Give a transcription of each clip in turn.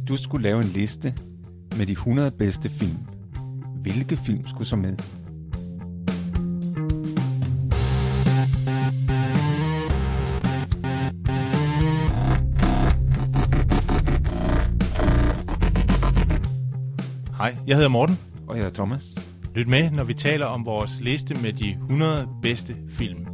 du skulle lave en liste med de 100 bedste film, hvilke film skulle så med? Hej, jeg hedder Morten. Og jeg hedder Thomas. Lyt med, når vi taler om vores liste med de 100 bedste film.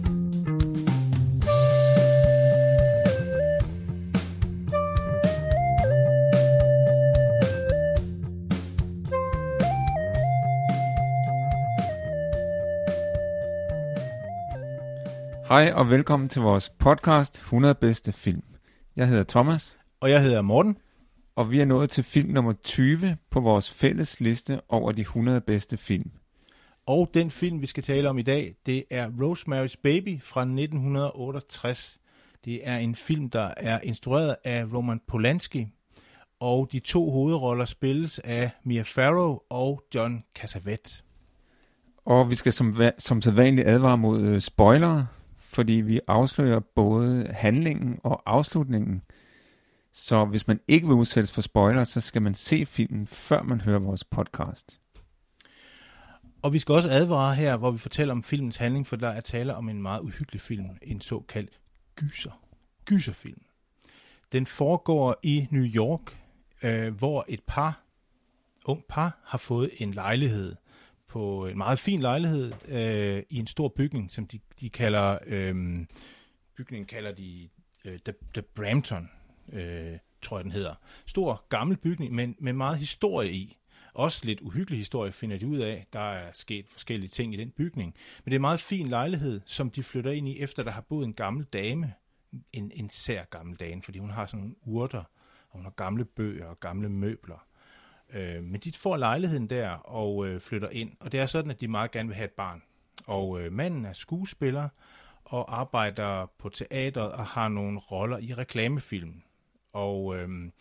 Hej og velkommen til vores podcast 100 bedste film. Jeg hedder Thomas. Og jeg hedder Morten. Og vi er nået til film nummer 20 på vores fælles liste over de 100 bedste film. Og den film, vi skal tale om i dag, det er Rosemary's Baby fra 1968. Det er en film, der er instrueret af Roman Polanski, og de to hovedroller spilles af Mia Farrow og John Cassavetes. Og vi skal som sædvanligt advare mod spoilere, fordi vi afslører både handlingen og afslutningen. Så hvis man ikke vil udsættes for spoilere, så skal man se filmen, før man hører vores podcast. Og vi skal også advare her, hvor vi fortæller om filmens handling, for der er tale om en meget uhyggelig film, en såkaldt gyserfilm. Den foregår i New York, hvor et ung par har fået en lejlighed, på en meget fin lejlighed, i en stor bygning, som de kalder, bygningen kalder de The Brampton, tror jeg den hedder. Stor gammel bygning, men med meget historie i. Også lidt uhyggelig historie finder de ud af. Der er sket forskellige ting i den bygning. Men det er en meget fin lejlighed, som de flytter ind i, efter der har boet en gammel dame. En sær gammel dame, fordi hun har sådan nogle urter, og hun har gamle bøger og gamle møbler. Men de får lejligheden der og flytter ind. Og det er sådan, at de meget gerne vil have et barn. Og manden er skuespiller og arbejder på teatret og har nogle roller i reklamefilm. Og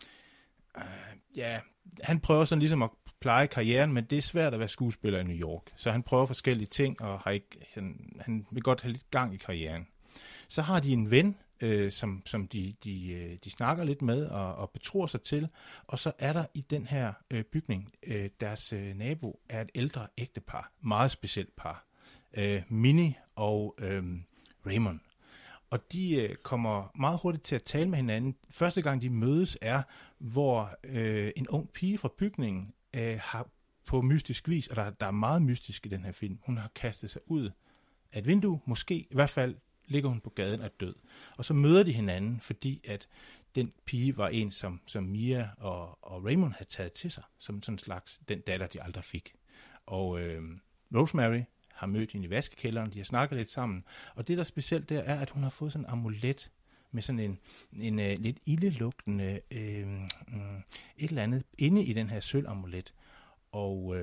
han prøver sådan ligesom at pleje karrieren, men det er svært at være skuespiller i New York. Så han prøver forskellige ting, og han vil godt have lidt gang i karrieren. Så har de en ven, som de snakker lidt med og betror sig til. Og så er der i den her bygning, deres nabo er et ældre ægtepar, meget specielt par. Minnie og Raymond. Og de kommer meget hurtigt til at tale med hinanden. Første gang de mødes er, hvor en ung pige fra bygningen har på mystisk vis, og der er meget mystisk i den her film, hun har kastet sig ud af et vindue, måske i hvert fald ligger hun på gaden og er død. Og så møder de hinanden, fordi at den pige var en, som Mia og Raymond havde taget til sig, som sådan en slags den datter, de aldrig fik. Og Rosemary har mødt hende i vaskekælderen, de har snakket lidt sammen, og det der specielt der er, at hun har fået sådan en amulet med sådan en lidt ildelugtende et eller andet inde i den her sølvamulet. Og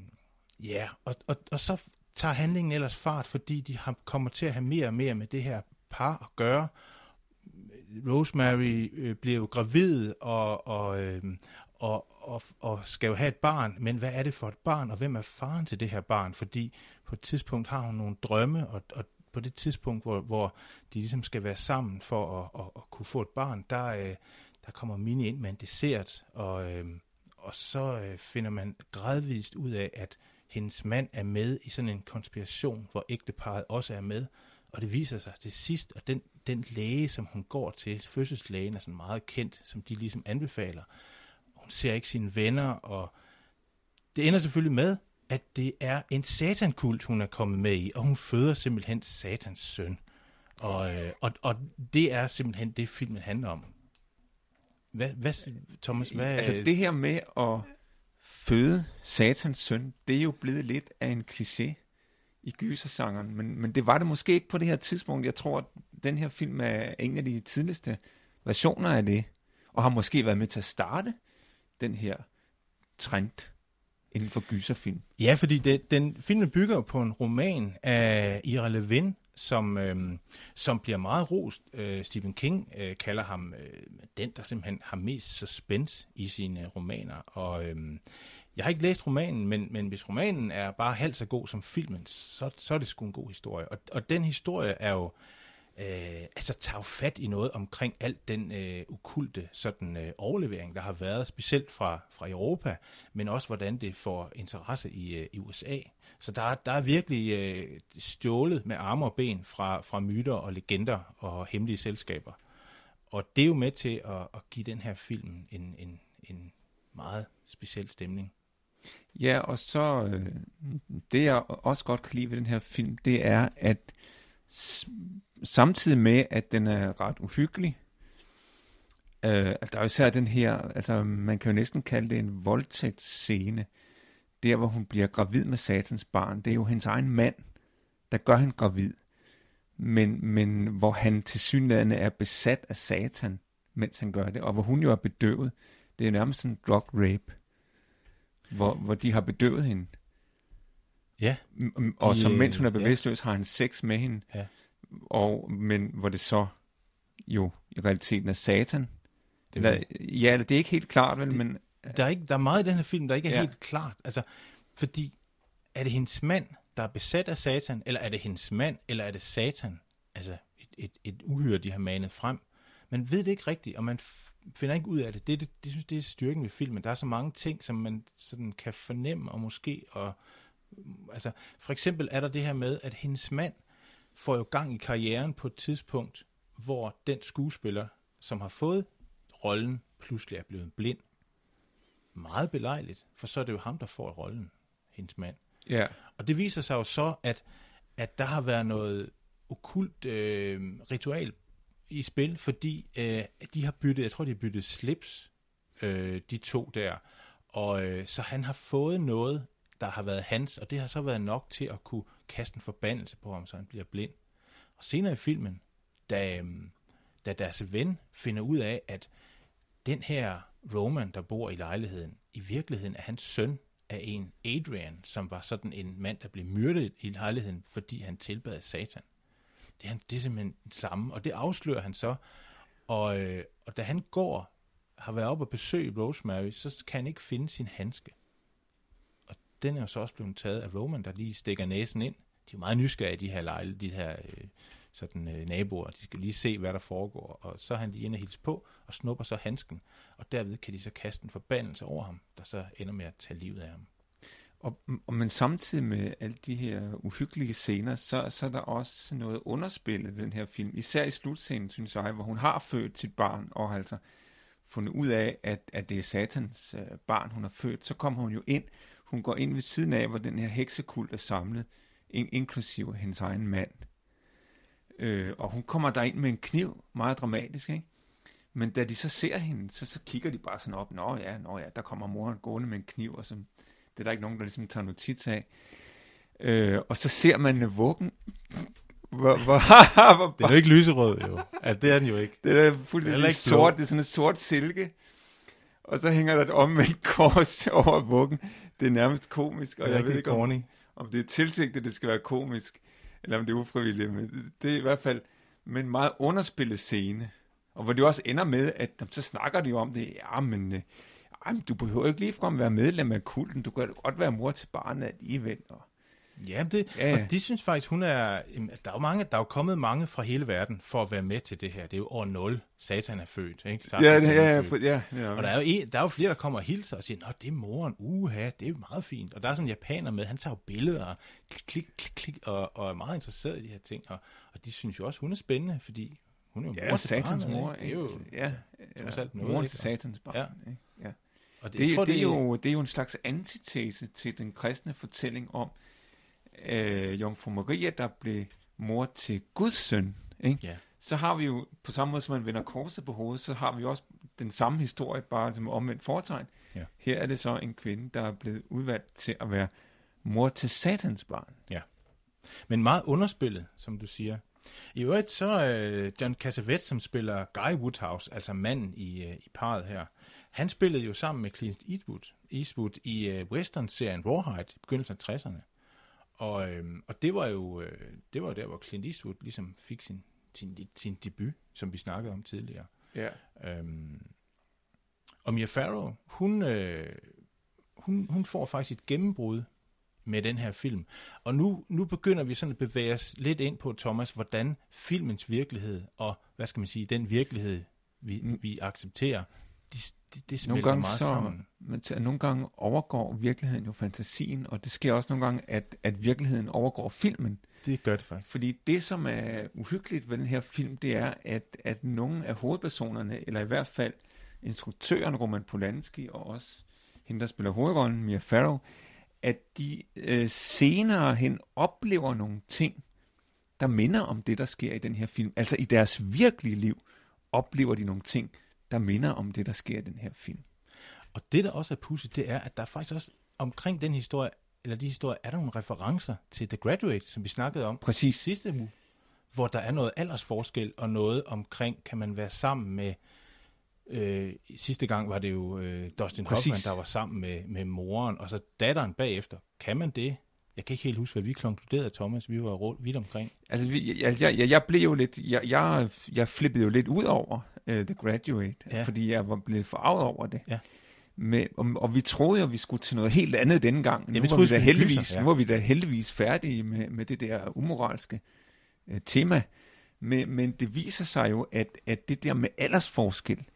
og så tager handlingen ellers fart, fordi de kommer til at have mere og mere med det her par at gøre. Rosemary bliver jo gravid og skal jo have et barn, men hvad er det for et barn, og hvem er faren til det her barn? Fordi på et tidspunkt har hun nogle drømme, og på det tidspunkt, hvor de ligesom skal være sammen for at kunne få et barn, der kommer Minnie ind med en dessert, og så finder man gradvist ud af, at hendes mand er med i sådan en konspiration, hvor ægteparret også er med, og det viser sig til sidst, at den læge, som hun går til, fødselslægen, er sådan meget kendt, som de ligesom anbefaler. Hun ser ikke sine venner, og det ender selvfølgelig med, at det er en satankult, hun er kommet med i, og hun føder simpelthen satans søn. Og det er simpelthen det, filmen handler om. Hvad Thomas? Altså det her med at føde satans søn, det er jo blevet lidt af en kliché i gysersangeren, men det var det måske ikke på det her tidspunkt. Jeg tror, at den her film er en af de tidligste versioner af det, og har måske været med til at starte den her trend inden for gyserfilm. Ja, fordi den filmen bygger på en roman af Ira Levin, som bliver meget rost. Stephen King kalder ham den, der simpelthen har mest suspense i sine romaner. Og jeg har ikke læst romanen, men hvis romanen er bare halvt så god som filmen, så er det sgu en god historie. Og den historie er tager fat i noget omkring alt den okulte sådan overlevering, der har været, specielt fra Europa, men også hvordan det får interesse i USA. Så der er virkelig stjålet med arme og ben fra myter og legender og hemmelige selskaber. Og det er jo med til at give den her film en meget speciel stemning. Ja, og så det jeg også godt kan lide ved den her film, det er, at samtidig med, at den er ret uhyggelig, der er jo især den her, altså man kan jo næsten kalde det en voldtægtsscene, der hvor hun bliver gravid med satans barn. Det er jo hendes egen mand, der gør hende gravid, men hvor han tilsyneladende er besat af satan, mens han gør det, og hvor hun jo er bedøvet. Det er nærmest sådan en drug rape, hvor de har bedøvet hende. Ja. Og så mens hun er bevidstløs, har han sex med hende. Ja. Men hvor det så jo i realiteten er satan. Det er ikke helt klart, vel? Men der er meget i den her film, der ikke er helt klart. Altså, fordi er det hendes mand, der er besat af satan, eller er det hendes mand, eller er det satan? Altså et uhyre, de har manet frem. Man ved det ikke rigtigt, og man finder ikke ud af det. Det synes det er styrken ved filmen. Der er så mange ting, som man sådan kan fornemme, og måske altså, for eksempel er der det her med, at hendes mand får jo gang i karrieren på et tidspunkt, hvor den skuespiller, som har fået rollen, pludselig er blevet blind. Meget belejligt, for så er det jo ham, der får rollen, hendes mand. Ja. Og det viser sig jo så, at der har været noget okkult ritual i spil, fordi de har byttet slips, de to der, og så han har fået noget, der har været hans, og det har så været nok til at kunne kaste en forbandelse på ham, så han bliver blind. Og senere i filmen, da deres ven finder ud af, at den her Roman, der bor i lejligheden, i virkeligheden er hans søn af en Adrian, som var sådan en mand, der blev myrdet i lejligheden, fordi han tilbad satan. Det er simpelthen det samme, og det afslører han så. Og da han har været oppe og besøge Rosemary, så kan han ikke finde sin handske. Og den er jo så også blevet taget af Roman, der lige stikker næsen ind. De er meget nysgerrige, de her naboer. De skal lige se, hvad der foregår. Og så er han lige inde og hilse på, og snupper så handsken. Og derved kan de så kaste en forbandelse over ham, der så ender med at tage livet af ham. Men samtidig med alle de her uhyggelige scener, så er der også noget underspillet ved den her film. Især i slutscenen, synes jeg, hvor hun har født sit barn, og altså fundet ud af, at det er satans barn, hun har født. Så kommer hun jo ind. Hun går ind ved siden af, hvor den her heksekult er samlet, inklusive hendes egen mand. Og hun kommer derind med en kniv, meget dramatisk, ikke? Men da de så ser hende, så kigger de bare sådan op, nå ja, der kommer moren gående med en kniv, og så, det er der ikke nogen, der ligesom tager notits af. Og så ser man vuggen. Det er jo ikke lyserød, jo. Altså, det er den jo ikke. Det er fuldstændig sort, det er sådan et sort silke. Og så hænger der et omvendt kors over vuggen. Det er nærmest komisk, og jeg ved ikke, om det er tilsigtet, det skal være komisk, eller om det er ufrivilligt, men det er i hvert fald med en meget underspillet scene, og hvor det også ender med, at så snakker de jo om det, men du behøver ikke ligefrem være medlem af kulten, du kan godt være mor til barnet alligevel. Ja. Og de synes faktisk, hun er, der er jo kommet mange fra hele verden for at være med til det her. Det er jo år 0, Satan er født, ikke? Ja. Og der er jo flere, der kommer og hilser og siger, nå, det er moren, det er jo meget fint. Og der er sådan en japaner med, han tager jo billeder, klik, og er meget interesseret i de her ting. Og de synes jo også, hun er spændende, fordi hun er jo mor til satans barnet, mor, ikke? Det er jo moren til satans barn, ikke? Ja. Og det er jo en slags antitese til den kristne fortælling om Jomfru Maria, der blev mor til Guds søn, ikke? Ja. Så har vi jo, på samme måde som man vender korset på hovedet, så har vi også den samme historie, bare som omvendt foretegn. Ja. Her er det så en kvinde, der er blevet udvalgt til at være mor til satans barn. Ja. Men meget underspillet, som du siger. I øvrigt så John Cassavetes, som spiller Guy Woodhouse, altså manden i parret her, han spillede jo sammen med Clint Eastwood i western-serien Rawhide i begyndelsen af 60'erne. Og det var jo der, hvor Clint Eastwood ligesom fik sin debut, som vi snakkede om tidligere. Ja. Og Mia Farrow, hun får faktisk et gennembrud med den her film. Og nu begynder vi sådan at bevæge os lidt ind på, Thomas, hvordan filmens virkelighed og, hvad skal man sige, den virkelighed, vi accepterer, det smelter meget sammen. Nogle gange overgår virkeligheden jo fantasien, og det sker også nogle gange, at virkeligheden overgår filmen. Det gør det faktisk. Fordi det, som er uhyggeligt ved den her film, det er, at nogle af hovedpersonerne, eller i hvert fald instruktøren Roman Polanski, og også hende, der spiller hovedrollen, Mia Farrow, at de senere hen oplever nogle ting, der minder om det, der sker i den her film. Altså i deres virkelige liv oplever de nogle ting, der minder om det, der sker i den her film. Og det, der også er pudsigt, det er, at der faktisk også omkring den historie, eller de historier, er der nogle referencer til The Graduate, som vi snakkede om Præcis. Sidste uge, hvor der er noget aldersforskel og noget omkring, kan man være sammen med, sidste gang var det jo Dustin Hoffman, der var sammen med moren, og så datteren bagefter. Kan man det? Jeg kan ikke helt huske, hvad vi konkluderede, Thomas. Vi var vidt omkring. Altså, jeg blev jo lidt, jeg flippede jo lidt ud over The Graduate, fordi jeg var blevet forarvet over det. Ja. Og vi troede jo, vi skulle til noget helt andet denne gang. Nu var vi da heldigvis færdige med det der umoralske tema. Men det viser sig jo, at det der med aldersforskel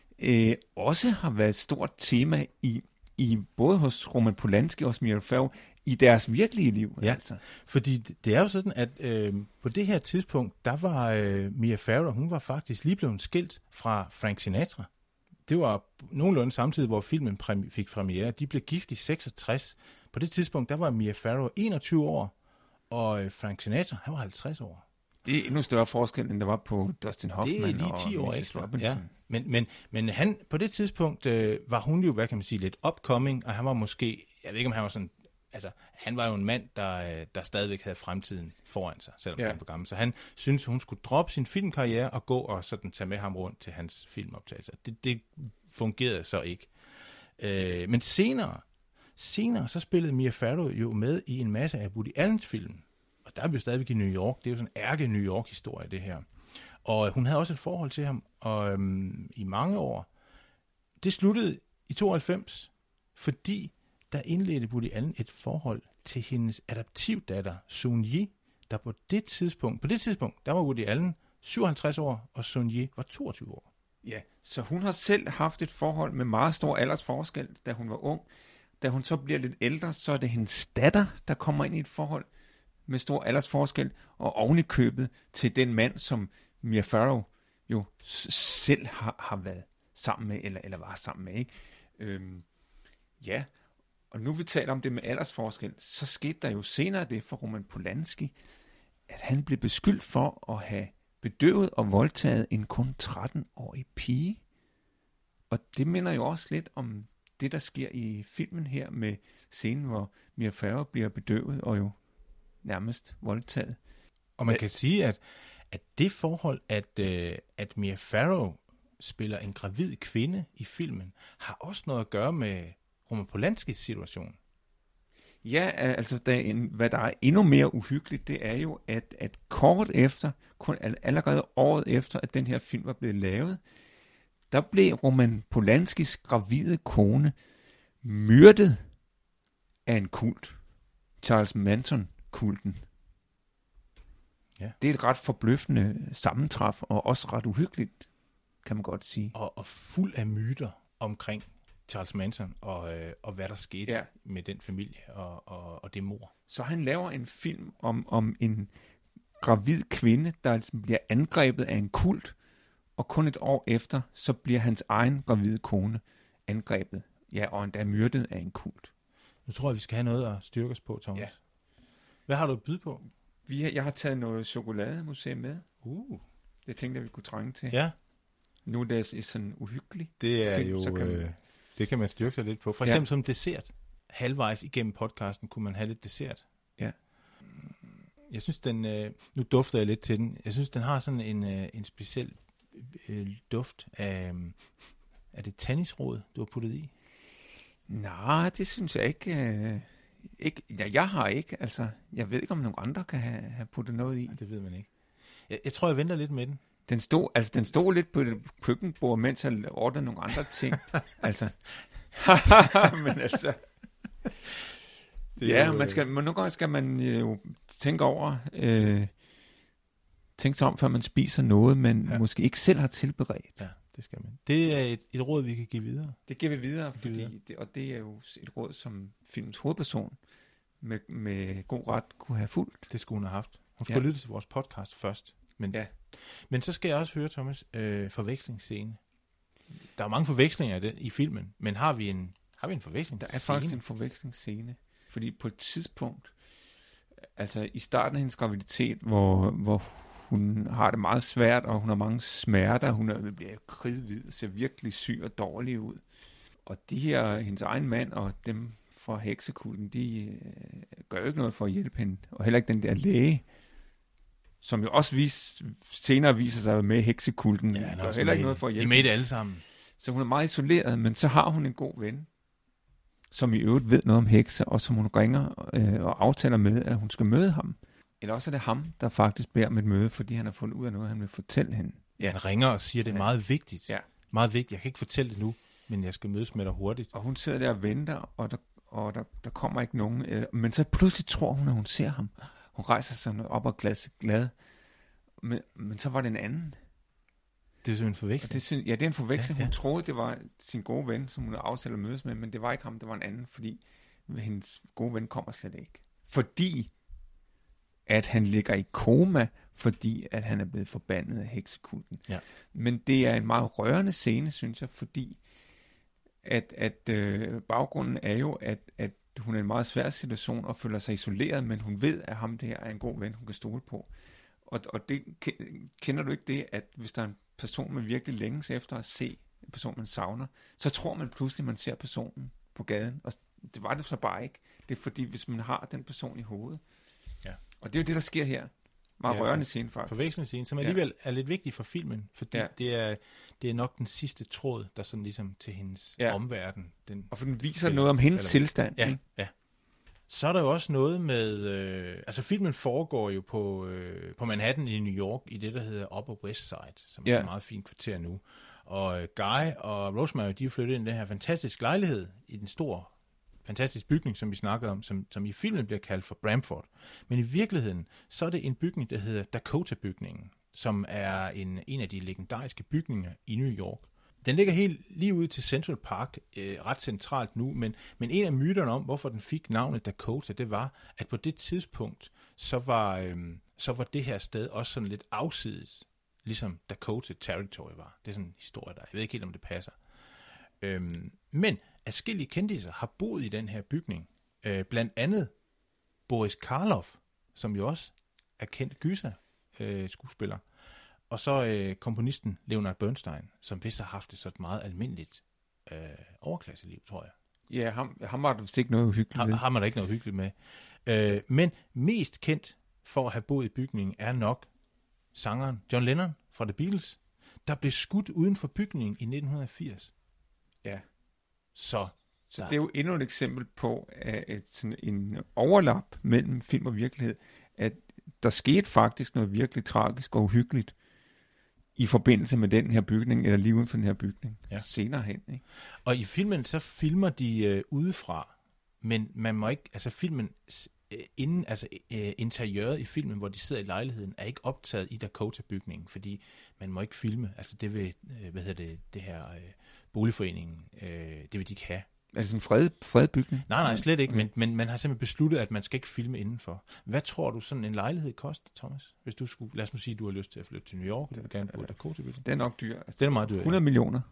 også har været et stort tema i både hos Roman Polanski og hos Mia Farrow i deres virkelige liv. Ja, altså. Fordi det er jo sådan, at på det her tidspunkt, der var Mia Farrow, hun var faktisk lige blevet skilt fra Frank Sinatra. Det var nogenlunde samtidig, hvor filmen fik premiere. De blev gift i 66. På det tidspunkt, der var Mia Farrow 21 år, og Frank Sinatra, han var 50 år. Det er endnu større forskel, end der var på Dustin Hoffman. Det er lige 10 år ekstra. Ja. Men han, på det tidspunkt var hun jo, hvad kan man sige, lidt upcoming, og han var måske, jeg ved ikke, om han var sådan, altså, han var jo en mand, der stadigvæk havde fremtiden foran sig, selvom han var gammel. Så han syntes, hun skulle droppe sin filmkarriere og gå og sådan tage med ham rundt til hans filmoptagelser. Det fungerede så ikke. Men senere så spillede Mia Farrow jo med i en masse af Woody Allens film. Og der er vi jo stadigvæk i New York. Det er jo sådan en ærke New York-historie, det her. Og hun havde også et forhold til ham i mange år. Det sluttede i 92, fordi der indledte Woody Allen et forhold til hendes adoptivdatter, Sun Yi, der på det tidspunkt, der var Woody Allen 57 år, og Sun Yi var 22 år. Ja, så hun har selv haft et forhold med meget stor aldersforskel, da hun var ung. Da hun så bliver lidt ældre, så er det hendes datter, der kommer ind i et forhold med stor aldersforskel, og oven i købet til den mand, som Mia Farrow jo selv har været sammen med, eller var sammen med, ikke? Ja, og nu vi taler om det med aldersforskel, så skete der jo senere det for Roman Polanski, at han blev beskyldt for at have bedøvet og voldtaget en kun 13-årig pige. Og det minder jo også lidt om det, der sker i filmen her med scenen, hvor Mia Farrow bliver bedøvet og jo nærmest voldtaget. Og man kan sige, at det forhold, at Mia Farrow spiller en gravid kvinde i filmen, har også noget at gøre med Roman Polanskis situation. Ja, altså hvad der er endnu mere uhyggeligt, det er jo, at kort efter, allerede året efter, at den her film var blevet lavet, der blev Roman Polanskis gravide kone myrdet af en kult. Charles Manson-kulten. Ja. Det er et ret forbløffende sammentræf, og også ret uhyggeligt, kan man godt sige. Og fuld af myter omkring Charles Manson, og hvad der skete med den familie og det mord. Så han laver en film om en gravid kvinde, der bliver angrebet af en kult, og kun et år efter, så bliver hans egen gravide kone angrebet, og endda myrdet af en kult. Nu tror jeg, vi skal have noget at styrke os på, Thomas. Ja. Hvad har du at byde på? Jeg har taget noget chokolademuseum med. Det tænkte jeg, vi kunne trænge til. Ja. Nu er det sådan uhyggeligt. Det er film, jo... Det kan man styrke sig lidt på. For eksempel som dessert. Halvvejs igennem podcasten kunne man have lidt dessert. Ja. Jeg synes, nu dufter jeg lidt til den. Jeg synes, den har sådan en speciel duft af... Er det tannisråd, du har puttet i? Nej, det synes jeg ikke. Jeg har ikke. Altså, jeg ved ikke, om nogen andre kan have puttet noget i. Nej, det ved man ikke. Jeg tror, jeg venter lidt med den. Den stod lidt på det køkkenbord, mens jeg ordnede nogle andre ting. Altså. Men altså. Men nogle gange skal man jo tænke over, tænke sig om, før man spiser noget, man måske ikke selv har tilberedt. Ja, det skal man. Det er et råd, vi kan give videre. Det giver vi videre, og det er jo et råd, som filmens hovedperson med god ret kunne have fulgt. Det skulle hun have haft. Hun skulle lytte til vores podcast først. Men så skal jeg også høre, Thomas, forvekslingsscene. Der er mange forvekslinger i filmen, men har vi en forvekslingsscene? Der er faktisk en forvekslingsscene, fordi på et tidspunkt, altså i starten af hendes graviditet, hvor hun har det meget svært, og hun har mange smerter, hun bliver kridhvid, ser virkelig syg og dårlig ud. Og hendes egen mand og dem fra heksekulten, de gør jo ikke noget for at hjælpe hende, og heller ikke den der læge, som jo også senere viser sig med heksekulten. Ja, gør heller ikke noget for at hjælpe. De er med det alle sammen. Så hun er meget isoleret, men så har hun en god ven, som i øvrigt ved noget om hekse, og som hun ringer og aftaler med, at hun skal møde ham. Eller også er det ham, der faktisk beder om et møde, fordi han har fundet ud af noget, han vil fortælle hende. Ja, han ringer og siger, at det er meget vigtigt. Ja. Meget vigtigt. Jeg kan ikke fortælle det nu, men jeg skal mødes med dig hurtigt. Og hun sidder der og venter, og der kommer ikke nogen. Men så pludselig tror hun, at hun ser ham. Hun rejser sig op og glad. Men så var det en anden. Det er simpelthen en forveksling. Det er en forveksling. Ja. Hun troede, det var sin gode ven, som hun havde aftalt at mødes med, men det var ikke ham, det var en anden, fordi hendes gode ven kommer slet ikke. Fordi at han ligger i koma, fordi at han er blevet forbandet af heksekulten. Ja. Men det er en meget rørende scene, synes jeg, fordi at baggrunden er jo, at hun er i en meget svær situation og føler sig isoleret, men hun ved, at ham der er en god ven, hun kan stole på. Og det kender du ikke det, at hvis der er en person, man virkelig længes efter at se, en person, man savner, så tror man pludselig, man ser personen på gaden. Og det var det så bare ikke. Det er fordi, hvis man har den person i hovedet. Ja. Og det er jo det, der sker her. Meget rørende scene, faktisk. Forvekslingsscene, som alligevel er lidt vigtig for filmen, fordi det er nok den sidste tråd, der sådan ligesom til hendes omverden. Og for den viser noget om hendes tilstand. Ja, ikke? Ja. Så er der jo også noget med... altså, filmen foregår jo på Manhattan i New York, i det, der hedder Upper West Side, som er et meget fint kvarter nu. Og Guy og Rosemary, de er flyttet ind i den her fantastiske lejlighed, i den store, fantastiske bygning, som vi snakkede om, som i filmen bliver kaldt for Bramford. Men i virkeligheden, så er det en bygning, der hedder Dakota-bygningen, som er en af de legendariske bygninger i New York. Den ligger helt lige ude til Central Park, ret centralt nu, men en af myterne om, hvorfor den fik navnet Dakota, det var, at på det tidspunkt, så var det her sted også sådan lidt afsides, ligesom Dakota Territory var. Det er sådan en historie der. Jeg ved ikke helt, om det passer. Men adskillige kendisser har boet i den her bygning. Blandt andet Boris Karloff, som jo også er kendt gyser-skuespiller. Og så komponisten Leonard Bernstein, som vist har haft et sådan meget almindeligt overklasseliv, tror jeg. Ja, ham var der vist ikke noget uhyggeligt med. Ham er der ikke noget uhyggeligt med. Men mest kendt for at have boet i bygningen er nok sangeren John Lennon fra The Beatles, der blev skudt uden for bygningen i 1980. Ja. Så det er jo endnu et eksempel på sådan en overlap mellem film og virkelighed, at der skete faktisk noget virkelig tragisk og uhyggeligt i forbindelse med den her bygning, eller lige uden for den her bygning, senere hen. Ikke? Og i filmen, så filmer de udefra, men man må ikke, altså filmen, interiøret i filmen, hvor de sidder i lejligheden, er ikke optaget i Dakota-bygningen, fordi man må ikke filme, altså det vil, det her boligforeningen, det vil de ikke have. Er det sådan en fredbygning? Nej, slet ikke, men man har simpelthen besluttet, at man skal ikke filme indenfor. Hvad tror du sådan en lejlighed koster, Thomas? Hvis du skulle, lad os nu sige, at du har lyst til at flytte til New York, du vil gerne bo i Dakota-bygningen. Det er nok dyr. Altså, det er meget dyrt. 100 millioner.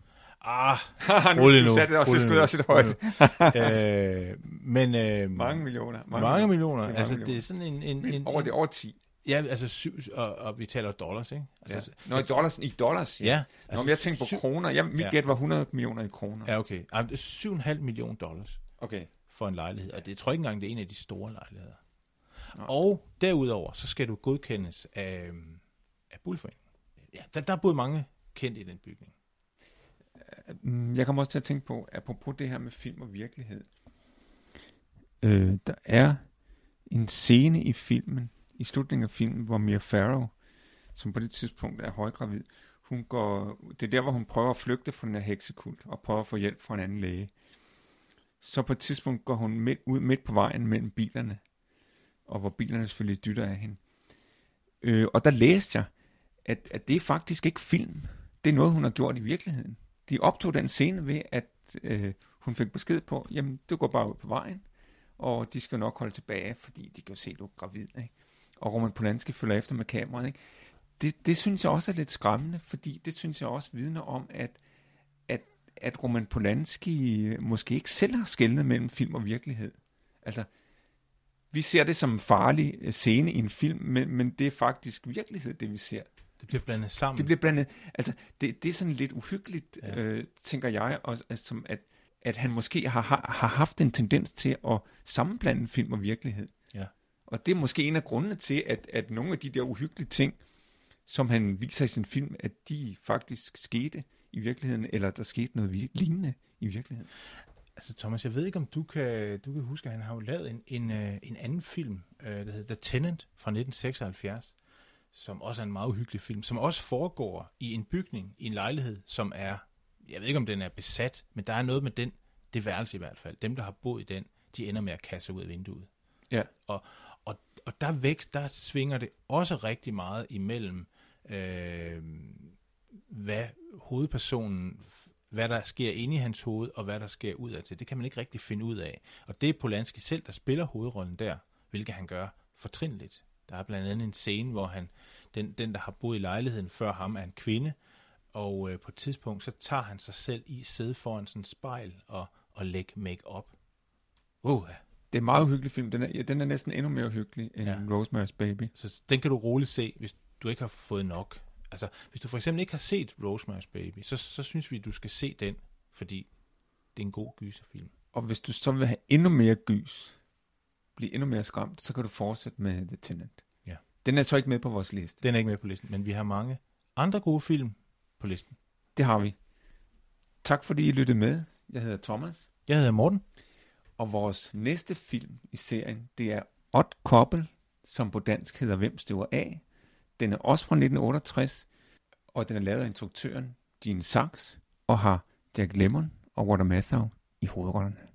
Nu satte det også, det skulle også et højt. Mange millioner. Altså, det er sådan en over 10. Ja, altså og vi taler dollars, ikke? Altså, i dollars. Ja. Altså, jeg tænkte på kroner. Mit gæt var 100 millioner i kroner. Ja, okay. Det er $7,5 millioner for en lejlighed, og det tror jeg ikke engang, det er en af de store lejligheder. Nå. Og derudover, så skal du godkendes af boligforeningen. Ja, der er både mange kendt i den bygning. Jeg kommer også til at tænke på, apropos det her med film og virkelighed. Der er en scene i filmen, i slutningen af filmen, hvor Mia Farrow, som på det tidspunkt er højgravid, det er der, hvor hun prøver at flygte fra den her heksekult, og prøver at få hjælp fra en anden læge. Så på et tidspunkt går hun midt på vejen mellem bilerne, og hvor bilerne selvfølgelig dytter af hende. Og der læste jeg, at det er faktisk ikke film. Det er noget, hun har gjort i virkeligheden. De optog den scene ved, at hun fik besked på, jamen, du går bare ud på vejen, og de skal nok holde tilbage, fordi de kan jo se, at du er gravid, ikke? Og Roman Polanski følger efter med kameraet, ikke? Det synes jeg også er lidt skræmmende, fordi det synes jeg også vidner om, at Roman Polanski måske ikke selv har skelnet mellem film og virkelighed. Altså, vi ser det som en farlig scene i en film, men det er faktisk virkelighed, det vi ser. Det bliver blandet sammen. Det bliver blandet, altså, det er sådan lidt uhyggeligt, tænker jeg, og, altså, at han måske har haft en tendens til at sammenblande film og virkelighed. Ja. Og det er måske en af grundene til, at nogle af de der uhyggelige ting, som han viser i sin film, at de faktisk skete i virkeligheden, eller der skete noget lignende i virkeligheden. Altså Thomas, jeg ved ikke, om du kan huske, at han har jo lavet en anden film, der hedder The Tenant fra 1976, som også er en meget uhyggelig film, som også foregår i en bygning, i en lejlighed, som er, jeg ved ikke, om den er besat, men der er noget med det værelse i hvert fald. Dem, der har boet i den, de ender med at kaste ud af vinduet. Ja. Og der svinger det også rigtig meget imellem, hvad hovedpersonen, hvad der sker inde i hans hoved, og hvad der sker udadtil. Det kan man ikke rigtig finde ud af. Og det er Polanski selv, der spiller hovedrollen der, hvilket han gør fortrinligt. Der er blandt andet en scene, hvor den, der har boet i lejligheden før ham, er en kvinde, og på et tidspunkt, så tager han sig selv i sidde foran sådan en spejl og lægge make-up. Det er en meget uhyggelig film. Den er næsten endnu mere uhyggelig end Rosemary's Baby. Så den kan du roligt se, hvis du ikke har fået nok. Altså, hvis du for eksempel ikke har set Rosemary's Baby, så synes vi, du skal se den, fordi det er en god gyserfilm. Og hvis du så vil have endnu mere gys, blive endnu mere skræmt, så kan du fortsætte med The Tenant. Ja. Den er så ikke med på vores liste. Den er ikke med på listen, men vi har mange andre gode film på listen. Det har vi. Tak fordi I lyttede med. Jeg hedder Thomas. Jeg hedder Morten. Og vores næste film i serien, det er Odd Couple, som på dansk hedder Hvem støver af. Den er også fra 1968, og den er lavet af instruktøren Gene Saks, og har Jack Lemmon og Walter Matthau i hovedrollerne.